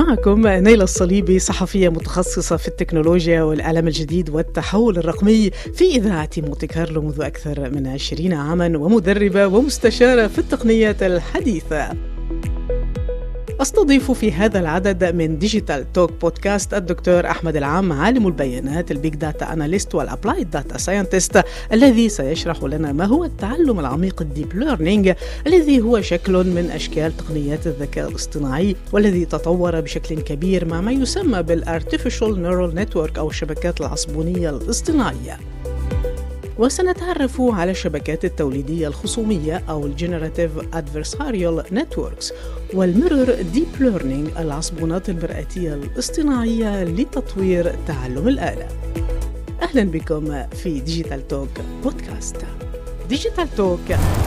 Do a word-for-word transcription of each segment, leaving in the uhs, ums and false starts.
معكم نيلة الصليبي، صحفية متخصصة في التكنولوجيا والإعلام الجديد والتحول الرقمي في إذاعة مونتي كارلو منذ أكثر من عشرين عاما، ومدربة ومستشارة في التقنيات الحديثة. أستضيف في هذا العدد من ديجيتال توك بودكاست الدكتور أحمد العام، عالم البيانات، البيج داتا أناليست والأبلايد داتا ساينتست، الذي سيشرح لنا ما هو التعلم العميق الديب ليرنينج، الذي هو شكل من أشكال تقنيات الذكاء الاصطناعي، والذي تطور بشكل كبير مع ما يسمى بالارتيفيشال نيورال نتورك أو الشبكات العصبونية الاصطناعية. وسنتعرف على الشبكات التوليدية الخصومية أو الجنراتيف ادفرساريال نتوركس والميرور ديب ليرنينج، العصبونات المرآتية الاصطناعية لتطوير تعلم الآلة. أهلا بكم في ديجيتال توك بودكاست. ديجيتال توك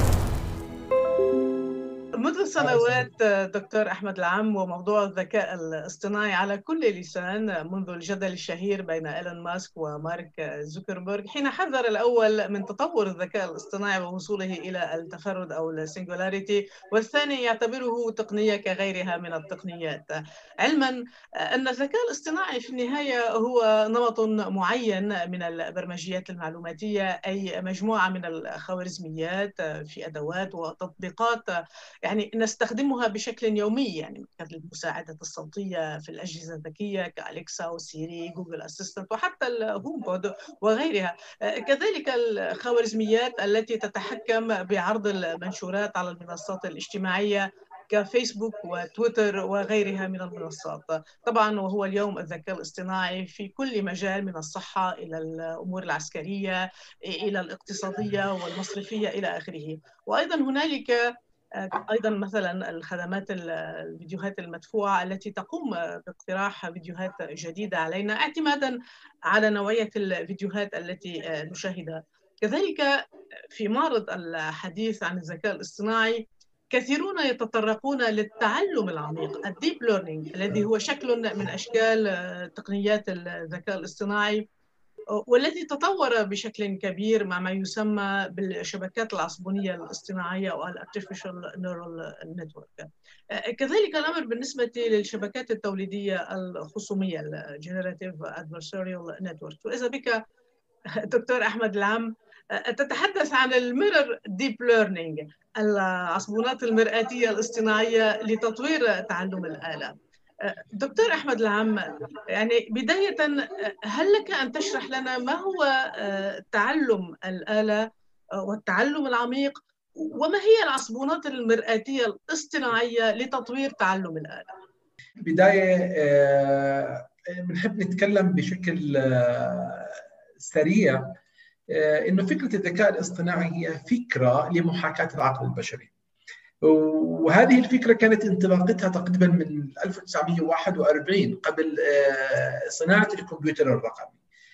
منذ سنوات دكتور أحمد العام وموضوع الذكاء الاصطناعي على كل لسان، منذ الجدل الشهير بين إيلون ماسك ومارك زوكربيرغ حين حذر الأول من تطور الذكاء الاصطناعي ووصوله إلى التفرد أو السنجولاريتي، والثاني يعتبره تقنية كغيرها من التقنيات، علما أن الذكاء الاصطناعي في النهاية هو نمط معين من البرمجيات المعلوماتية، أي مجموعة من الخوارزميات في أدوات وتطبيقات يعني نستخدمها بشكل يومي، يعني مثل المساعدة الصوتية في الأجهزة الذكية كأليكسا وسيري، جوجل أسيستنت، وحتى الهوم بود وغيرها. كذلك الخوارزميات التي تتحكم بعرض المنشورات على المنصات الاجتماعية كفيسبوك وتويتر وغيرها من المنصات. طبعا وهو اليوم الذكاء الاصطناعي في كل مجال، من الصحة إلى الأمور العسكرية إلى الاقتصادية والمصرفية إلى آخره. وأيضا هنالك أيضا مثلا الخدمات الفيديوهات المدفوعة التي تقوم باقتراح فيديوهات جديدة علينا اعتمادا على نوعية الفيديوهات التي نشاهدها. كذلك في معرض الحديث عن الذكاء الاصطناعي كثيرون يتطرقون للتعلم العميق الديب ليرنينج، الذي هو شكل من أشكال تقنيات الذكاء الاصطناعي، والذي تطور بشكل كبير مع ما يسمى بالشبكات العصبونية الاصطناعية أو الارتيفيشال نيورال نتورك. كذلك الأمر بالنسبة للشبكات التوليدية الخصومية الجنراتيف ادفرساريال نتورك. وإذا بك دكتور أحمد العام تتحدث عن الميرور ديب ليرنينج، العصبونات المرآتية الاصطناعية لتطوير تعلم الآلة. دكتور أحمد العام، يعني بداية هل لك أن تشرح لنا ما هو تعلم الآلة والتعلم العميق، وما هي العصبونات المرآتية الاصطناعية لتطوير تعلم الآلة؟ بداية بنحب نتكلم بشكل سريع إنه فكرة الذكاء الاصطناعي هي فكرة لمحاكاة العقل البشري، وهذه الفكرة كانت انطلاقتها تقريبا من ألف وتسعمئة وواحد وأربعين قبل صناعة الكمبيوتر الرقمي.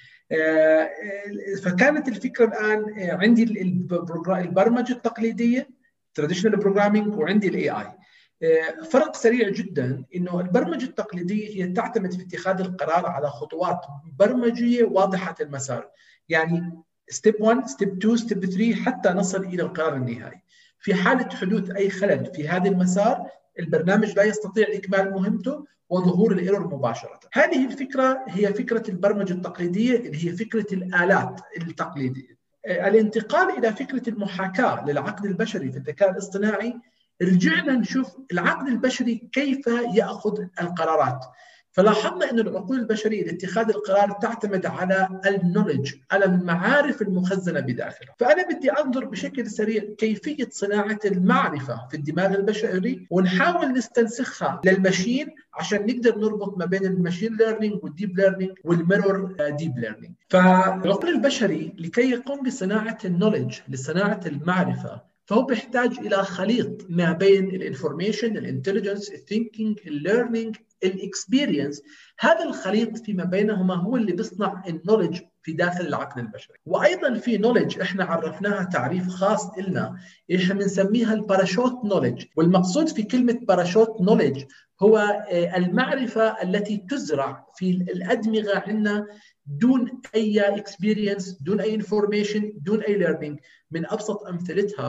فكانت الفكرة الآن عندي البرمجة التقليدية traditional programming وعندي ال إيه آي. فرق سريع جدا إنه البرمجة التقليدية هي تعتمد في اتخاذ القرار على خطوات برمجية واضحة المسار، يعني ستيب واحد ستيب اثنين ستيب ثلاثة حتى نصل إلى القرار النهائي. في حالة حدوث أي خلل في هذا المسار البرنامج لا يستطيع إكمال مهمته وظهور الإيرور مباشرة. هذه الفكرة هي فكرة البرمجة التقليدية اللي هي فكرة الآلات التقليدية. الانتقال إلى فكرة المحاكاة للعقل البشري في الذكاء الاصطناعي، رجعنا نشوف العقل البشري كيف يأخذ القرارات. فلاحظنا أن العقول البشرية لاتخاذ القرار تعتمد على النولج، على المعارف المخزنة بداخلها. فأنا بدي أنظر بشكل سريع كيفية صناعة المعرفة في الدماغ البشري ونحاول نستنسخها للماشين عشان نقدر نربط ما بين الماشين ليرنينج والديب ليرنينج والميرور ديب ليرنينج. فالعقل البشري لكي يقوم بصناعة النولج، لصناعة المعرفة، فهو بيحتاج إلى خليط ما بين الانفورميشن، الانتليجنس، الثينكينج، الليرنينج، الاكسبيرينس. هذا الخليط فيما بينهما هو اللي بيصنع النولج في داخل العقل البشري. وايضا في نولج احنا عرفناها تعريف خاص لنا، احنا بنسميها الباراشوت نولج، والمقصود في كلمه باراشوت نولج هو المعرفه التي تزرع في الادمغه عندنا دون اي اكسبيرينس، دون اي انفورميشن، دون اي ليرنينج. من ابسط امثلتها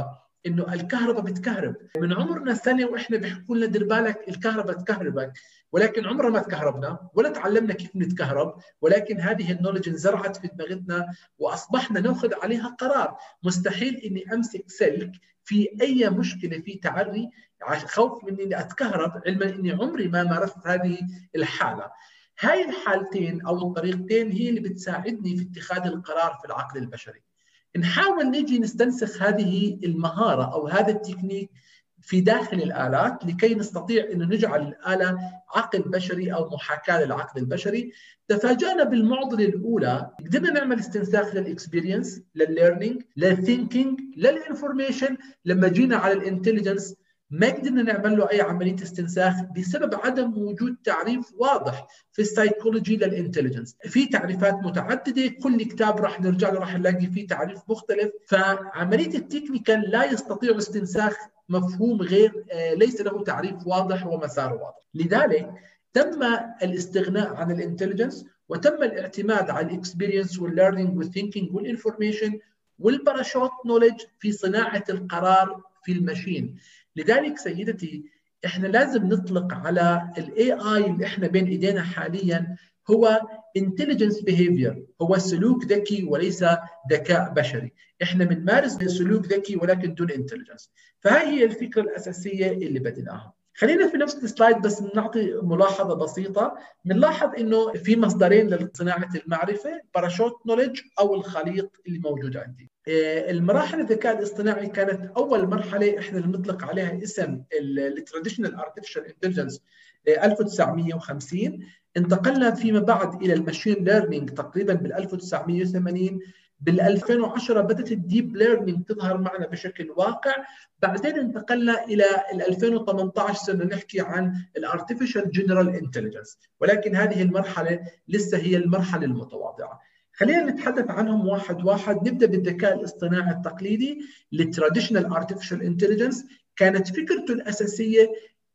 انه الكهرباء بتكهرب. من عمرنا سنه واحنا بيحكوا لنا دير بالك الكهرباء تكهربك، ولكن عمرنا ما تكهربنا ولا تعلمنا كيف نتكهرب، ولكن هذه النولج انزرعت في دماغنا واصبحنا ناخذ عليها قرار. مستحيل اني امسك سلك في اي مشكله في تعري خوف من اني اتكهرب، علما اني عمري ما مارست هذه الحاله. هاي الحالتين او الطريقتين هي اللي بتساعدني في اتخاذ القرار في العقل البشري. نحاول نجي نستنسخ هذه المهاره او هذا التكنيك في داخل الآلات لكي نستطيع أن نجعل الآلة عقل بشري أو محاكاة للعقل البشري. تفاجأنا بالمعضلة الأولى، قدرنا نعمل استنساخ للإكسبيرينس، للليرنينج، للثينكينج، للإنفورميشن. لما جينا على الانتليجنس ما قدرنا نعمل له أي عملية استنساخ بسبب عدم وجود تعريف واضح في السايكولوجي للانتليجنس. في تعريفات متعددة، كل كتاب راح نرجع له راح نلاقي فيه تعريف مختلف، فعملية التكنيكال لا يستطيع استنساخ مفهوم غير ليس له تعريف واضح ومسار واضح. لذلك تم الاستغناء عن الانتليجنس وتم الاعتماد على الاكسبيرينس والليرنينج والثينكينج والانفورميشن والباراشوت نوليدج في صناعة القرار في الماشين. لذلك سيدتي احنا لازم نطلق على الاي اي اللي احنا بين ايدينا حاليا هو intelligence behavior، هو سلوك ذكي وليس ذكاء بشري. احنا بنمارس سلوك ذكي ولكن دون intelligence. فهي هي الفكرة الأساسية اللي بديناها. خلينا في نفس السلايد بس نعطي ملاحظة بسيطة. بنلاحظ انه في مصدرين لصناعة المعرفة، باراشوت نوليدج او الخليط اللي موجود عندي. المراحل الذكاء الاصطناعي كانت اول مرحلة احنا بنطلق عليها اسم التراديشنال ارتفيشال انتليجنس ألف وتسعمئة وخمسين. انتقلنا فيما بعد الى الماشين ليرنينج تقريبا بال ألف وتسعمئة وثمانين. بال ألفين وعشرة بدات الديب ليرنينج تظهر معنا بشكل واقع. بعدين انتقلنا الى ال ألفين وثمانية عشر صرنا نحكي عن الارتفيشال جنرال انتليجنس، ولكن هذه المرحله لسه هي المرحله المتواضعه. خلينا نتحدث عنهم واحد واحد. نبدا بالذكاء الاصطناعي التقليدي التراديشنال ارتفيشال انتليجنس. كانت فكرته الاساسيه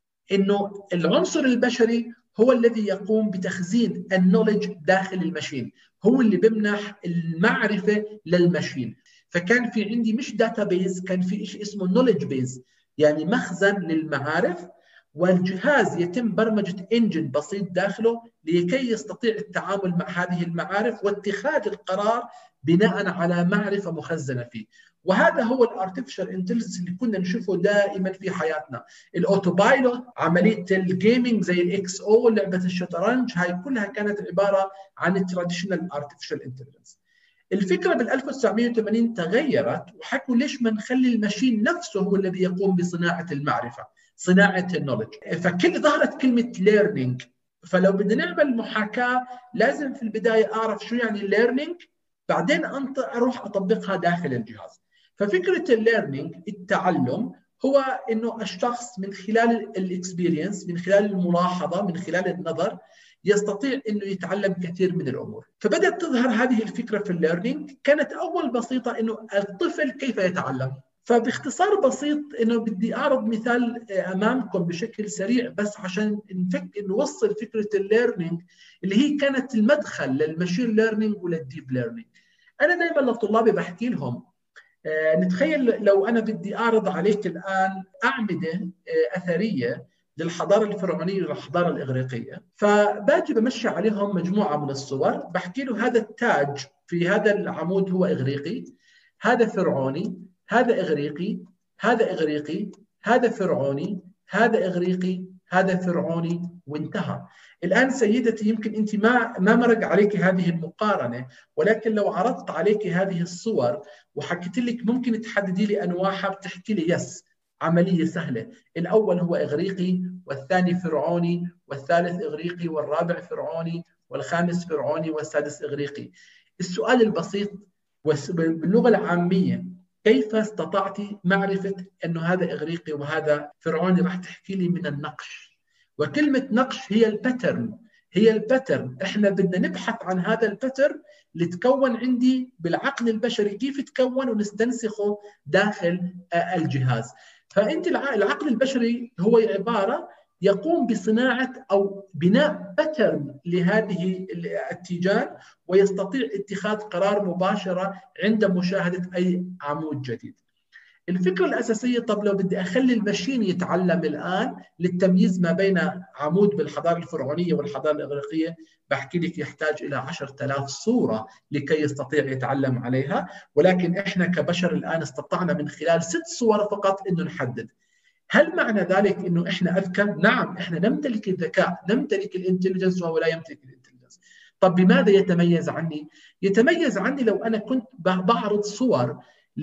انه العنصر البشري هو الذي يقوم بتخزين النولج داخل الماشين، هو اللي بمنح المعرفة للماشين. فكان في عندي مش داتابيز، كان في شيء اسمه نولج بيز، يعني مخزن للمعارف، والجهاز يتم برمجة انجن بسيط داخله لكي يستطيع التعامل مع هذه المعارف واتخاذ القرار بناء على معرفة مخزنة فيه. وهذا هو الارتفيشال انتليجنس اللي كنا نشوفه دائما في حياتنا. الاوتوبايلوت، عمليه الجيمنج زي الاكس او، لعبه الشطرنج، هاي كلها كانت عباره عن التراديشنال ارتفيشال انتليجنس. الفكره بال ألف وتسعمئة وثمانين تغيرت وحكوا ليش ما نخلي الماشين نفسه هو الذي يقوم بصناعه المعرفه، صناعه النولج. فكل ظهرت كلمه ليرنينج. فلو بدنا نعمل محاكاه لازم في البدايه اعرف شو يعني ليرنينج، بعدين اروح اطبقها داخل الجهاز. ففكرة الليرنينج التعلم هو انه الشخص من خلال الاكسبيرينس، من خلال الملاحظة، من خلال النظر، يستطيع انه يتعلم كثير من الامور. فبدأت تظهر هذه الفكرة في الليرنينج. كانت اول بسيطة انه الطفل كيف يتعلم. فباختصار بسيط انه بدي اعرض مثال امامكم بشكل سريع بس عشان نفك نوصل فكرة الليرنينج اللي هي كانت المدخل للماشين ليرنينج وللديب ليرنينج. انا دائما لطلابي بحكي لهم آه نتخيل لو أنا بدي أعرض عليك الآن أعمدة آه أثرية للحضارة الفرعونية والحضارة الإغريقية، فباجي بمشي عليهم مجموعة من الصور، بحكي له هذا التاج في هذا العمود هو إغريقي، هذا فرعوني، هذا إغريقي، هذا إغريقي، هذا فرعوني، هذا إغريقي، هذا فرعوني، وانتهى. الآن سيدتي يمكن أنت ما ما مرق عليك هذه المقارنة، ولكن لو عرضت عليك هذه الصور وحكيت لك ممكن تحددي لي أنواعها، بتحكي لي يس، عملية سهلة. الأول هو إغريقي، والثاني فرعوني، والثالث إغريقي، والرابع فرعوني، والخامس فرعوني، والسادس إغريقي. السؤال البسيط باللغة العامية، كيف استطعت معرفة أنه هذا إغريقي وهذا فرعوني؟ راح تحكي لي من النقش. وكلمة نقش هي الباترن، هي الباترن. احنا بدنا نبحث عن هذا الباترن اللي تكون عندي بالعقل البشري، كيف تكون ونستنسخه داخل الجهاز. فانت العقل البشري هو عبارة يقوم بصناعة أو بناء باترن لهذه التيجان، ويستطيع اتخاذ قرار مباشرة عند مشاهدة أي عمود جديد. الفكرة الأساسية، طب لو بدي أخلي المشين يتعلم الآن للتمييز ما بين عمود بالحضارة الفرعونية والحضارة الإغريقية، بحكي لك يحتاج إلى عشرة آلاف صورة لكي يستطيع يتعلم عليها، ولكن إحنا كبشر الآن استطعنا من خلال ست صور فقط إنه نحدد. هل معنى ذلك إنه إحنا أذكى؟ نعم، إحنا نمتلك الذكاء، نمتلك الانتليجنس وهو لا يمتلك الانتليجنس. طب بماذا يتميز عني؟ يتميز عني لو أنا كنت بعرض صور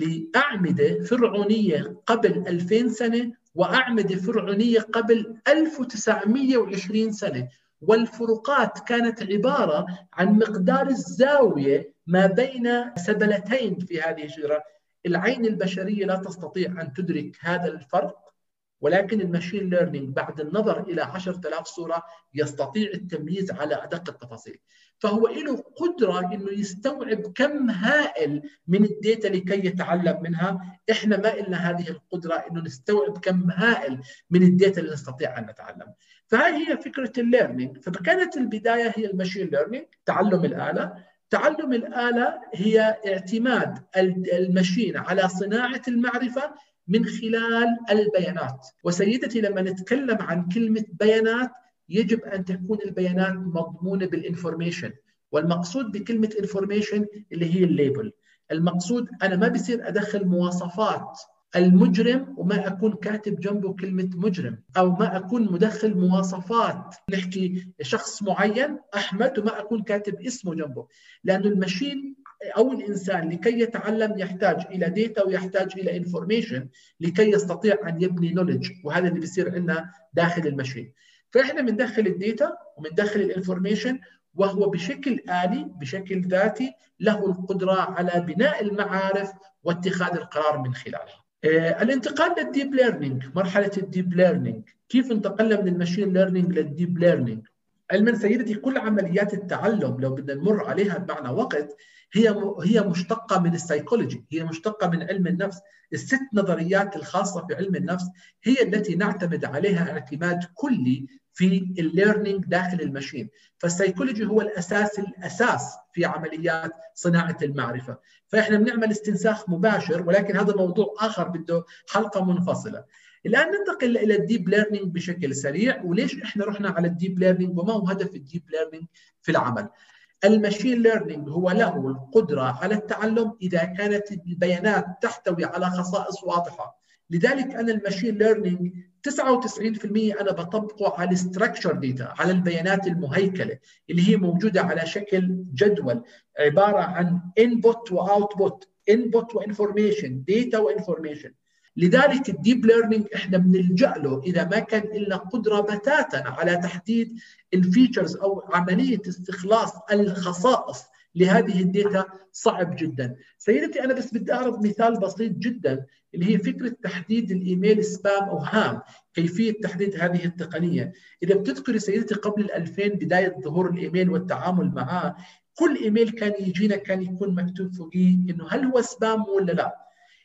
لأعمدة فرعونية قبل ألفين سنة وأعمدة فرعونية قبل ألف وتسعمئة وعشرين سنة، والفروقات كانت عبارة عن مقدار الزاوية ما بين سبلتين في هذه الشجرة. العين البشرية لا تستطيع أن تدرك هذا الفرق، ولكن الماشين ليرنينج بعد النظر إلى عشرة آلاف صورة يستطيع التمييز على أدق التفاصيل. فهو له قدرة إنه يستوعب كم هائل من الداتا لكي يتعلم منها. إحنا ما لنا هذه القدرة إنه نستوعب كم هائل من الداتا اللي نستطيع أن نتعلم. فهذه هي فكرة الليرنينج. فكانت البداية هي الماشين ليرنينج، تعلم الآلة. تعلم الآلة هي اعتماد الماشين على صناعة المعرفة من خلال البيانات. وسيدتي لما نتكلم عن كلمة بيانات يجب أن تكون البيانات مضمونة بالإنفورميشن، والمقصود بكلمة إنفورميشن اللي هي الليبل. المقصود أنا ما بصير أدخل مواصفات المجرم وما أكون كاتب جنبه كلمة مجرم، أو ما أكون مدخل مواصفات نحكي شخص معين أحمد وما أكون كاتب اسمه جنبه، لأن الماشين أو الإنسان لكي يتعلم يحتاج إلى ديتا ويحتاج إلى إنفورميشن لكي يستطيع أن يبني نولج، وهذا اللي بيصير عندنا داخل الماشين. فإحنا بندخل الديتا وبندخل الإنفورميشن، وهو بشكل آلي بشكل ذاتي له القدرة على بناء المعارف واتخاذ القرار من خلالها. آه الانتقال للديب ليرنينج، مرحلة الديب ليرنينج، كيف انتقلنا من الماشين ليرنينج للديب ليرنينج؟ علما سيدتي كل عمليات التعلم لو بدنا نمر عليها بمعنى وقت هي هي مشتقة من السيكولوجي، هي مشتقة من علم النفس. الست نظريات الخاصة في علم النفس هي التي نعتمد عليها اعتماد كلي في الليرنينج داخل الماشين. فالسيكولوجي هو الأساس الأساس في عمليات صناعة المعرفة. فإحنا بنعمل استنساخ مباشر، ولكن هذا موضوع آخر بده حلقة منفصلة. الآن ننتقل إلى الديب ليرنينج بشكل سريع، وليش إحنا رحنا على الديب ليرنينج وما هو هدف الديب ليرنينج في العمل. الماشين ليرنينج هو له القدرة على التعلم إذا كانت البيانات تحتوي على خصائص واضحة. لذلك أنا الماشين ليرنينج تسعة وتسعين بالمئة أنا بطبقه على structure data، على البيانات المهيكلة اللي هي موجودة على شكل جدول عبارة عن input و output، input و information، data و information. لذلك الديب ليرنينج احنا بنلجأ له اذا ما كان لنا قدره بتاتا على تحديد الفيتشرز او عمليه استخلاص الخصائص لهذه الداتا، صعب جدا. سيدتي انا بس بدي اعرض مثال بسيط جدا اللي هي فكره تحديد الايميل سبام او هام، كيفيه تحديد هذه التقنيه. اذا بتذكري سيدتي قبل الألفين بدايه ظهور الايميل والتعامل معه، كل ايميل كان يجينا كان يكون مكتوب فوقيه انه هل هو سبام ولا لا.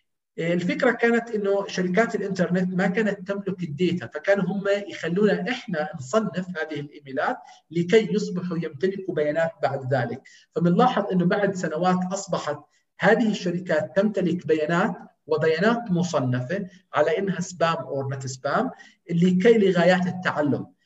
الفكرة كانت إنه شركات الإنترنت ما كانت تملك الداتا، فكانوا هم يخلونا إحنا نصنف هذه الإيميلات لكي يصبحوا يمتلكوا بيانات بعد ذلك. فبنلاحظ إنه بعد سنوات أصبحت هذه الشركات تمتلك بيانات وبيانات مصنفة على إنها سبام أو نت سبام لكي لغايات التعلم.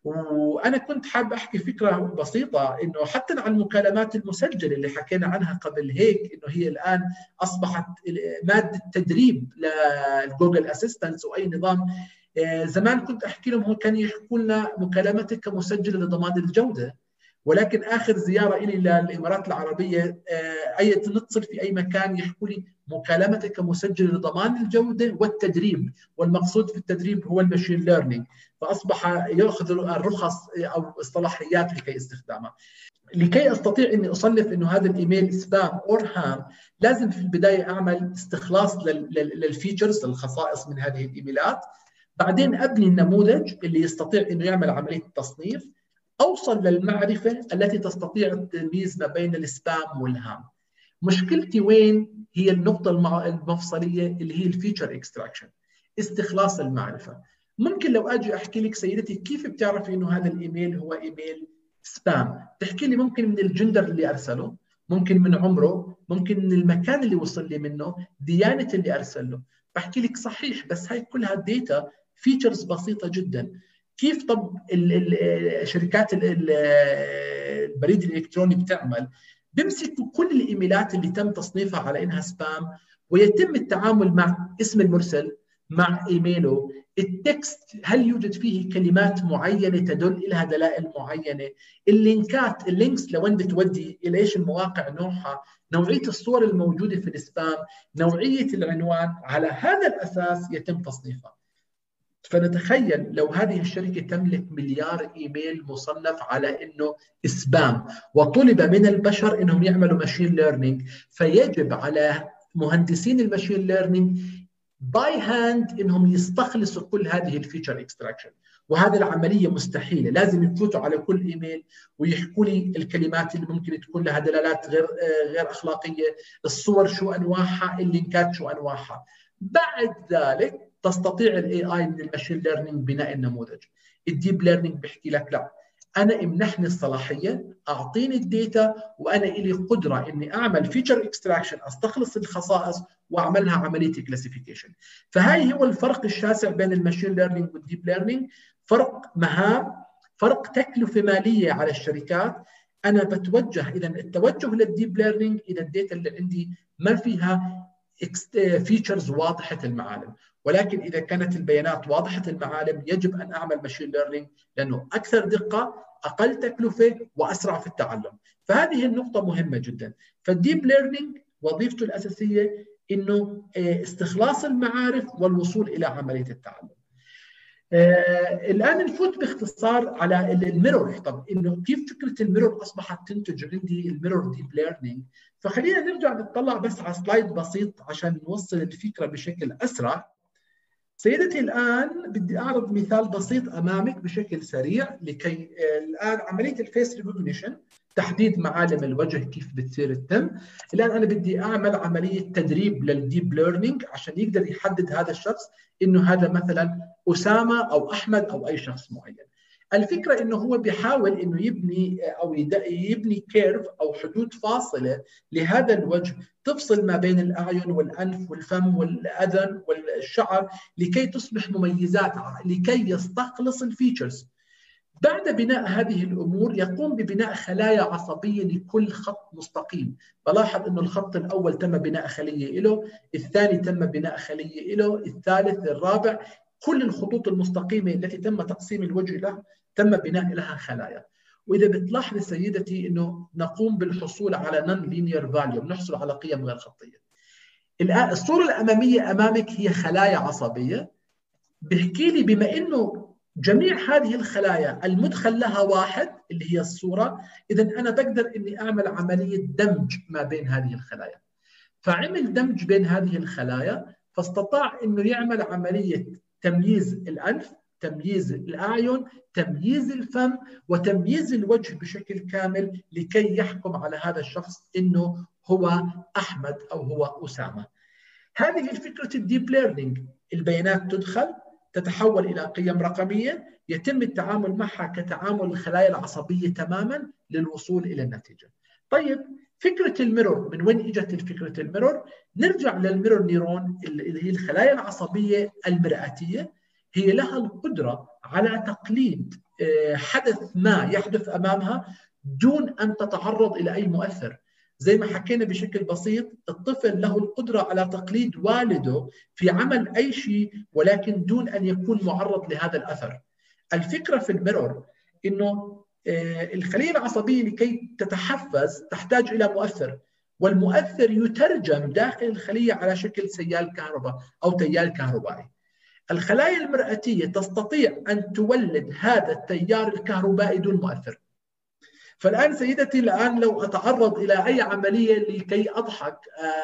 وأنا كنت حاب أحكي فكرة بسيطة إنه حتى عن المكالمات المسجلة اللي حكينا عنها قبل هيك، إنه هي الآن أصبحت مادة تدريب للجوجل أسيستنس وأي نظام. زمان كنت أحكي لهم هو كان يحكوا لنا مكالمتك مسجلة لضمان الجودة، ولكن آخر زيارة إلي للإمارات العربية أي نتصل في أي مكان يحكوا لي مكالمتك مسجلة لضمان الجودة والتدريب، والمقصود في التدريب هو الماشين ليرنينج. فأصبح يأخذ الرخص أو الصلاحيات لكي استخدامها. لكي أستطيع أني أصنف أنه هذا الإيميل سبام أو هام، لازم في البداية أعمل استخلاص للفيتشرز الخصائص من هذه الإيميلات، بعدين أبني النموذج اللي يستطيع أنه يعمل عملية تصنيف، أوصل للمعرفة التي تستطيع التمييز ما بين السبام والهام. مشكلتي وين؟ هي النقطة المفصلية اللي هي الفيتشر اكستراكشن، استخلاص المعرفة. ممكن لو أجي أحكي لك سيدتي كيف بتعرفي إنه هذا الإيميل هو إيميل سبام، تحكي لي ممكن من الجندر اللي أرسله، ممكن من عمره، ممكن من المكان اللي وصل لي منه، ديانة اللي أرسل له. بحكي لك صحيح، بس هاي كلها الداتا فيتشرز بسيطه جدا. كيف طب شركات البريد الالكتروني بتعمل؟ بيمسكوا كل الايميلات اللي تم تصنيفها على انها سبام، ويتم التعامل مع اسم المرسل، مع ايميله، التكست هل يوجد فيه كلمات معينه تدل لها دلائل معينه، اللينكات اللينكس لوين بتودي الى ايش المواقع نوعها، نوعيه الصور الموجوده في السبام، نوعيه العنوان. على هذا الاساس يتم تصنيفها. فنتخيل لو هذه الشركة تملك مليار إيميل مصنف على أنه سبام، وطلب من البشر أنهم يعملوا ماشين ليرنينج، فيجب على مهندسين الماشين ليرنينج باي هاند أنهم يستخلصوا كل هذه الفيتشر اكستراكشن. وهذه العملية مستحيلة، لازم يفوتوا على كل إيميل ويحكوا لي الكلمات اللي ممكن تكون لها دلالات غير غير أخلاقية، الصور شو أنواعها، اللينكات شو أنواعها. بعد ذلك تستطيع الاي اي من الماشين ليرنينج بناء النموذج. الديب ليرنينج بيحكي لك لا، انا امنحني الصلاحيه، اعطيني الداتا، وانا لي قدره اني اعمل فيتشر اكستراكشن، استخلص الخصائص واعملها عمليه كلاسيفيكيشن. فهاي هو الفرق الشاسع بين الماشين ليرنينج والديب ليرنينج. فرق مهام، فرق تكلفه ماليه على الشركات. انا بتوجه اذا التوجه للديب ليرنينج اذا الداتا اللي عندي ما فيها فيتشرز واضحه المعالم. ولكن إذا كانت البيانات واضحة المعالم يجب أن أعمل ماشين ليرنينج، لأنه أكثر دقة، أقل تكلفة، وأسرع في التعلم. فهذه النقطة مهمة جدا. فالديب ليرنينج وظيفته الأساسية إنه استخلاص المعارف والوصول إلى عملية التعلم. آه الآن نفوت باختصار على الميرور. طب إنه كيف فكرة الميرور أصبحت تنتج عندي الميرور ديب ليرنينج؟ فخلينا نرجع نطلع بس على سلايد بسيط عشان نوصل الفكرة بشكل أسرع. سيدتي الآن بدي أعرض مثال بسيط أمامك بشكل سريع لكي الآن عملية الفيس ريكوجنيشن، تحديد معالم الوجه كيف بتصير تتم. الآن أنا بدي أعمل عملية تدريب للديب ليرنينج عشان يقدر يحدد هذا الشخص إنه هذا مثلا أسامة أو أحمد أو أي شخص معين. الفكرة إنه هو بيحاول إنه يبني أو يبني كيرف أو حدود فاصلة لهذا الوجه تفصل ما بين الأعين والأنف والفم والأذن والشعر لكي تصبح مميزات، لكي يستخلص الفيتشرز. بعد بناء هذه الأمور يقوم ببناء خلايا عصبية لكل خط مستقيم. بلاحظ إنه الخط الأول تم بناء خلية له، الثاني تم بناء خلية له، الثالث، الرابع، كل الخطوط المستقيمة التي تم تقسيم الوجه لها تم بناء لها خلايا. وإذا بتلاحظي سيدتي إنه نقوم بالحصول على نون لينير فاليو، بنحصل على قيم غير خطية. الآن الصورة الأمامية أمامك هي خلايا عصبية. بحكي لي بما إنه جميع هذه الخلايا المدخل لها واحد اللي هي الصورة، إذا أنا بقدر إني أعمل عملية دمج ما بين هذه الخلايا. فعمل دمج بين هذه الخلايا، فاستطاع إنه يعمل عملية تمييز الأنف، تمييز الأعين، تمييز الفم، وتمييز الوجه بشكل كامل لكي يحكم على هذا الشخص إنه هو أحمد أو هو أسامة. هذه فكرة الديب ليرنينج. البيانات تدخل، تتحول إلى قيم رقمية، يتم التعامل معها كتعامل الخلايا العصبية تماما للوصول إلى النتيجة. طيب فكرة الميرور، من وين اجت فكرة الميرور؟ نرجع للميرور نيرون اللي هي الخلايا العصبية المرآتية. هي لها القدرة على تقليد حدث ما يحدث أمامها دون أن تتعرض إلى أي مؤثر. زي ما حكينا بشكل بسيط، الطفل له القدرة على تقليد والده في عمل أي شيء ولكن دون أن يكون معرض لهذا الأثر. الفكرة في الميرور إنه الخلية العصبية لكي تتحفز تحتاج إلى مؤثر، والمؤثر يترجم داخل الخلية على شكل سيال كهرباء أو تيار كهربائي. الخلايا المرئتية تستطيع أن تولد هذا التيار الكهربائي دون مؤثر. فالآن سيدتي، الآن لو أتعرض إلى أي عملية لكي أضحك،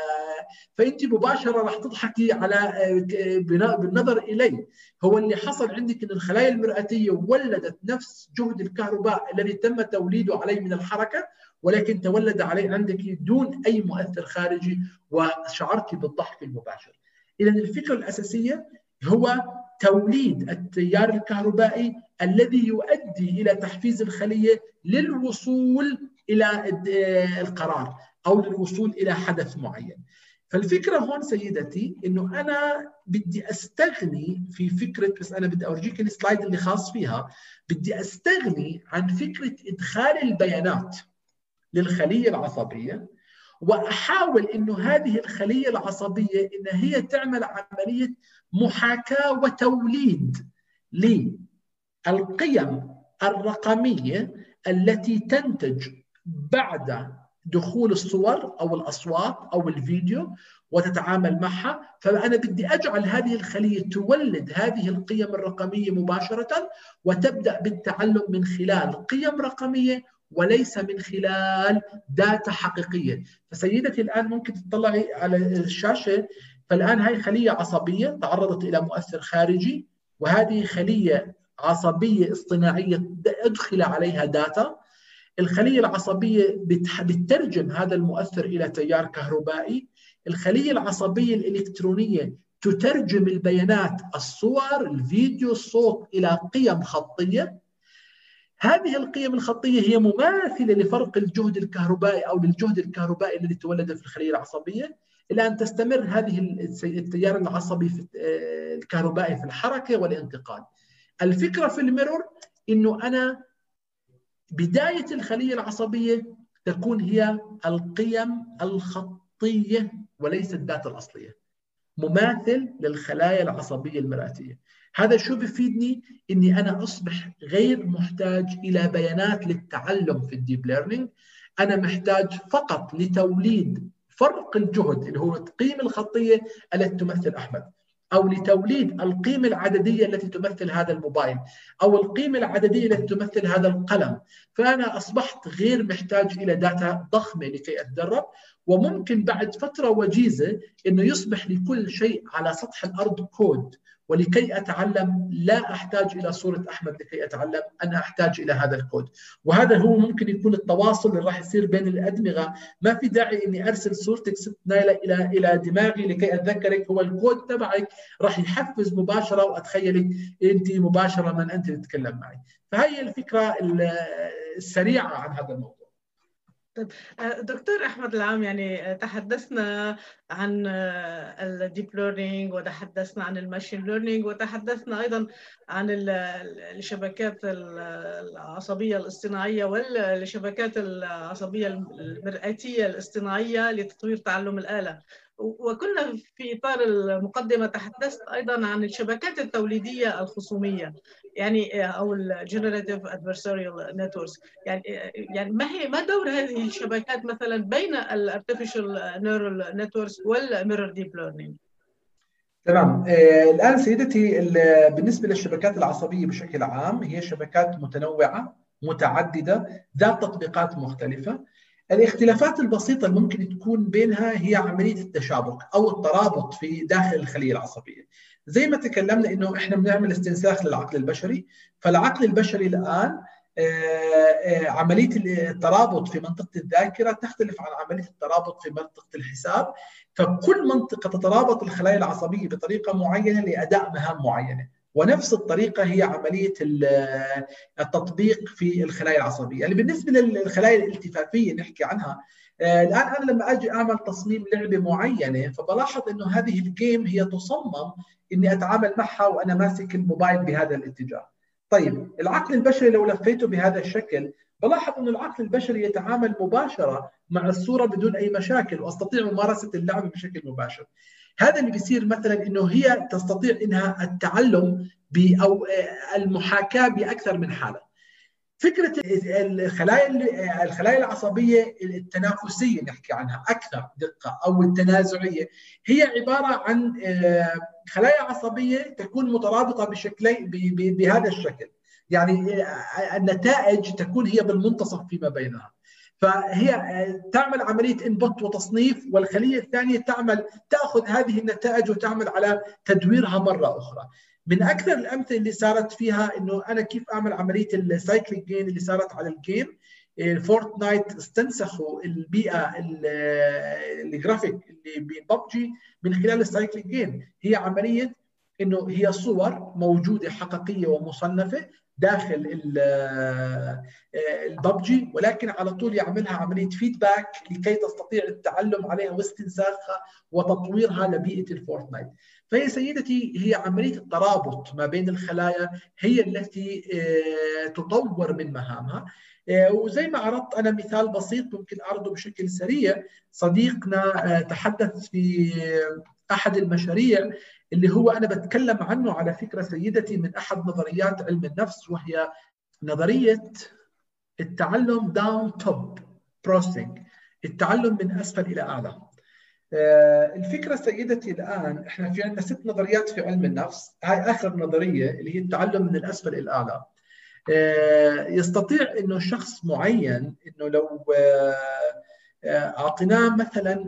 فأنت مباشرة راح تضحكي على بالنظر إلي. هو اللي حصل عندك أن الخلايا المرئتية ولدت نفس جهد الكهرباء الذي تم توليده عليه من الحركة، ولكن تولد عليه عندك دون أي مؤثر خارجي، وشعرتي بالضحك المباشر. إذن الفكرة الأساسية هو توليد التيار الكهربائي الذي يؤدي إلى تحفيز الخلية للوصول إلى القرار أو للوصول إلى حدث معين. فالفكره هون سيدتي انه انا بدي استغني في فكره، بس انا بدي اورجيك السلايد اللي خاص فيها، بدي استغني عن فكره ادخال البيانات للخليه العصبيه، واحاول انه هذه الخليه العصبيه ان هي تعمل عمليه محاكاه وتوليد للقيم الرقميه التي تنتج بعد دخول الصور او الاصوات او الفيديو وتتعامل معها. فانا بدي اجعل هذه الخليه تولد هذه القيم الرقميه مباشره، وتبدا بالتعلم من خلال قيم رقميه وليس من خلال داتا حقيقيه. فسيدتي الان ممكن تطلعي على الشاشه، فالان هاي خليه عصبيه تعرضت الى مؤثر خارجي، وهذه خليه عصبيه اصطناعيه ادخل عليها داتا. الخليه العصبيه بتترجم هذا المؤثر الى تيار كهربائي. الخليه العصبيه الالكترونيه تترجم البيانات، الصور، الفيديو، الصوت، الى قيم خطيه. هذه القيم الخطيه هي مماثله لفرق الجهد الكهربائي او للجهد الكهربائي الذي تولد في الخليه العصبيه، الى ان تستمر هذه التيار العصبي في الكهربائي في الحركه والانتقال. الفكره في الميرور انه انا بدايه الخليه العصبيه تكون هي القيم الخطيه وليس الداتا الاصليه، مماثل للخلايا العصبيه المرئتيه. هذا شو بفيدني؟ اني انا اصبح غير محتاج الى بيانات للتعلم في الديب ليرنينج، انا محتاج فقط لتوليد فرق الجهد اللي هو القيمه الخطيه التي تمثل احمد، او لتوليد القيمه العدديه التي تمثل هذا الموبايل، او القيمه العدديه التي تمثل هذا القلم. فانا اصبحت غير محتاج الى داتا ضخمه لكي اتدرب، وممكن بعد فتره وجيزه انه يصبح لكل شيء على سطح الارض كود، ولكي اتعلم لا احتاج الى صوره احمد لكي اتعلم، انا احتاج الى هذا الكود. وهذا هو ممكن يكون التواصل اللي راح يصير بين الادمغه. ما في داعي اني ارسل صورتك ست نايله الى الى دماغي لكي اتذكرك، هو الكود تبعك راح يحفز مباشره واتخيلك انت مباشره من انت تتكلم معي. فهي الفكره السريعه عن هذا الموضوع. طيب دكتور أحمد العام، يعني تحدثنا عن الديب ليرنينج وتحدثنا عن الماشين ليرنينج وتحدثنا أيضا عن الشبكات العصبية الاصطناعية والشبكات العصبية المرئتية الاصطناعية لتطوير تعلم الآلة، وكنا في إطار المقدمة تحدثت أيضا عن الشبكات التوليدية الخصومية، يعني أو الجنراتيف ادفرساريال نتوركس. يعني يعني ما هي ما دور هذه الشبكات مثلا بين الارتفيشال نيورال نتوركس والميرور ديب ليرنينج؟ تمام. آه الان سيدتي بالنسبه للشبكات العصبيه بشكل عام هي شبكات متنوعه متعدده ذات تطبيقات مختلفه. الاختلافات البسيطه اللي ممكن تكون بينها هي عمليه التشابك او الترابط في داخل الخليه العصبيه. زي ما تكلمنا انه احنا بنعمل استنساخ للعقل البشري، فالعقل البشري الان عمليه الترابط في منطقه الذاكره تختلف عن عمليه الترابط في منطقه الحساب. فكل منطقه تترابط الخلايا العصبيه بطريقه معينه لاداء مهام معينه، ونفس الطريقه هي عمليه التطبيق في الخلايا العصبيه. يعني بالنسبه للخلايا الالتفافيه نحكي عنها، الان انا لما اجي اعمل تصميم لعبه معينه فبلاحظ انه هذه الجيم هي تصمم اني اتعامل معها وانا ماسك الموبايل بهذا الاتجاه. طيب العقل البشري لو لفيته بهذا الشكل بلاحظ انه العقل البشري يتعامل مباشره مع الصوره بدون اي مشاكل، واستطيع ممارسه اللعبه بشكل مباشر. هذا اللي بيصير مثلا انه هي تستطيع انها التعلم او المحاكاه باكثر من حاله. فكره الخلايا الخلايا العصبيه التنافسيه نحكي عنها اكثر دقه او التنازعيه، هي عباره عن خلايا عصبيه تكون مترابطه بشكلين بهذا الشكل، يعني النتائج تكون هي بالمنتصف فيما بينها. فهي تعمل عمليه انبوت وتصنيف، والخليه الثانيه تعمل تاخذ هذه النتائج وتعمل على تدويرها مره اخرى. من اكثر الامثله اللي صارت فيها انه انا كيف اعمل عمليه السايكليك جين اللي صارت على الجيم. فورتنايت استنسخوا البيئه الجرافيك اللي بببجي من خلال السايكليك جين. هي عمليه انه هي صور موجوده حقيقيه ومصنفه داخل الببجي، ولكن على طول يعملها عملية فيدباك لكي تستطيع التعلم عليها واستنساخها وتطويرها لبيئة الفورتنايت. فهي سيدتي هي عملية الترابط ما بين الخلايا هي التي تطور من مهامها. وزي ما عرضت أنا مثال بسيط ممكن أعرضه بشكل سريع. صديقنا تحدث في أحد المشاريع اللي هو أنا بتكلم عنه على فكرة سيدتي من أحد نظريات علم النفس، وهي نظرية التعلم داون توب بروسيسنج، التعلم من أسفل إلى أعلى. الفكرة سيدتي الآن إحنا في عندنا ست نظريات في علم النفس، هاي آخر نظرية اللي هي التعلم من الأسفل إلى الأعلى. يستطيع إنه شخص معين إنه لو أعطيناه مثلا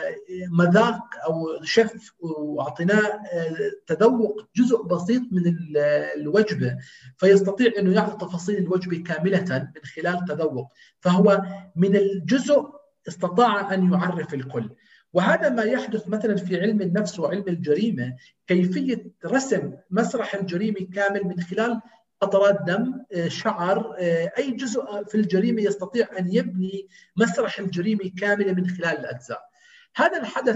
مذاق أو شيف وأعطيناه تذوق جزء بسيط من الوجبة، فيستطيع أنه يعطي تفاصيل الوجبة كاملة من خلال تذوق، فهو من الجزء استطاع أن يعرف الكل. وهذا ما يحدث مثلا في علم النفس وعلم الجريمة، كيفية رسم مسرح الجريمة كامل من خلال قطرات دم، شعر، أي جزء في الجريمة يستطيع أن يبني مسرح الجريمة كاملة من خلال الأجزاء. هذا الحدث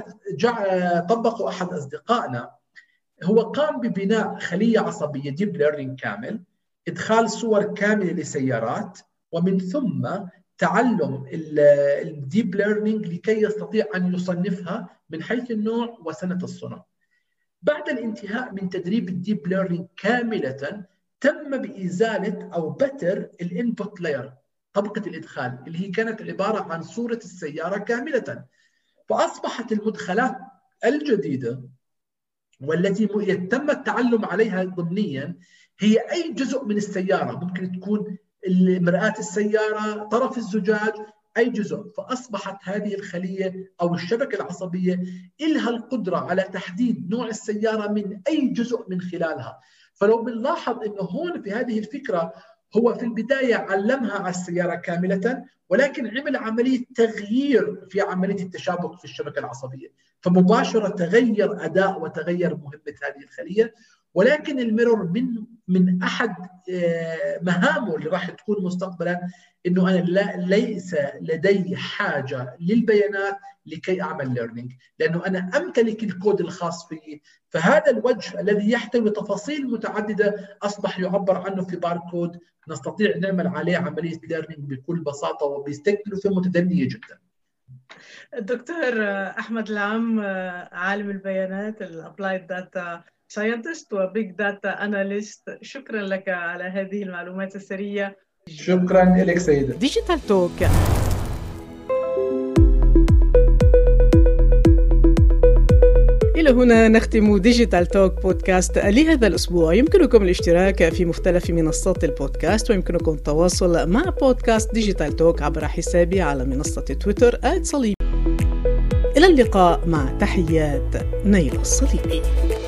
طبقه أحد أصدقائنا، هو قام ببناء خلية عصبية ديب ليرنينج كامل، إدخال صور كاملة لسيارات، ومن ثم تعلم الديب ليرنينج لكي يستطيع أن يصنفها من حيث النوع وسنة الصنع. بعد الانتهاء من تدريب الديب ليرنينج كاملة تم بإزالة أو بتر الانبوت لاير، طبقة الإدخال اللي هي كانت عبارة عن صورة السيارة كاملة، فأصبحت المدخلات الجديدة والتي تم التعلم عليها ضمنيا هي أي جزء من السيارة، ممكن تكون مرآة السيارة، طرف الزجاج، أي جزء. فأصبحت هذه الخلية أو الشبكة العصبية إلها القدرة على تحديد نوع السيارة من أي جزء من خلالها. فلو بنلاحظ إنه هون في هذه الفكرة هو في البداية علمها على السيارة كاملة، ولكن عمل عملية تغيير في عملية التشابك في الشبكة العصبية، فمباشرة تغير أداء وتغير مهمة هذه الخلية. ولكن الميرور من من أحد مهامه اللي راح تكون مستقبلا إنه أنا لا ليس لدي حاجة للبيانات لكي أعمل ليرنينج، لأنه أنا أمتلك الكود الخاص فيه. فهذا الوجه الذي يحتوي تفاصيل متعددة أصبح يعبر عنه في باركود، نستطيع نعمل عليه عملية ليرنينج بكل بساطة وبتكلفة متدنية جدا. الدكتور أحمد العم، عالم البيانات، الابلايد داتا ساينتست وبيج داتا اناليست، شكرا لك على هذه المعلومات الثرية. شكرا لك سيدة. ديجيتال توك. إلى هنا نختم ديجيتال توك بودكاست لهذا الأسبوع. يمكنكم الاشتراك في مختلف منصات البودكاست، ويمكنكم التواصل مع بودكاست ديجيتال توك عبر حسابي على منصة تويتر آت صليبي. إلى اللقاء، مع تحيات نيل الصليبي.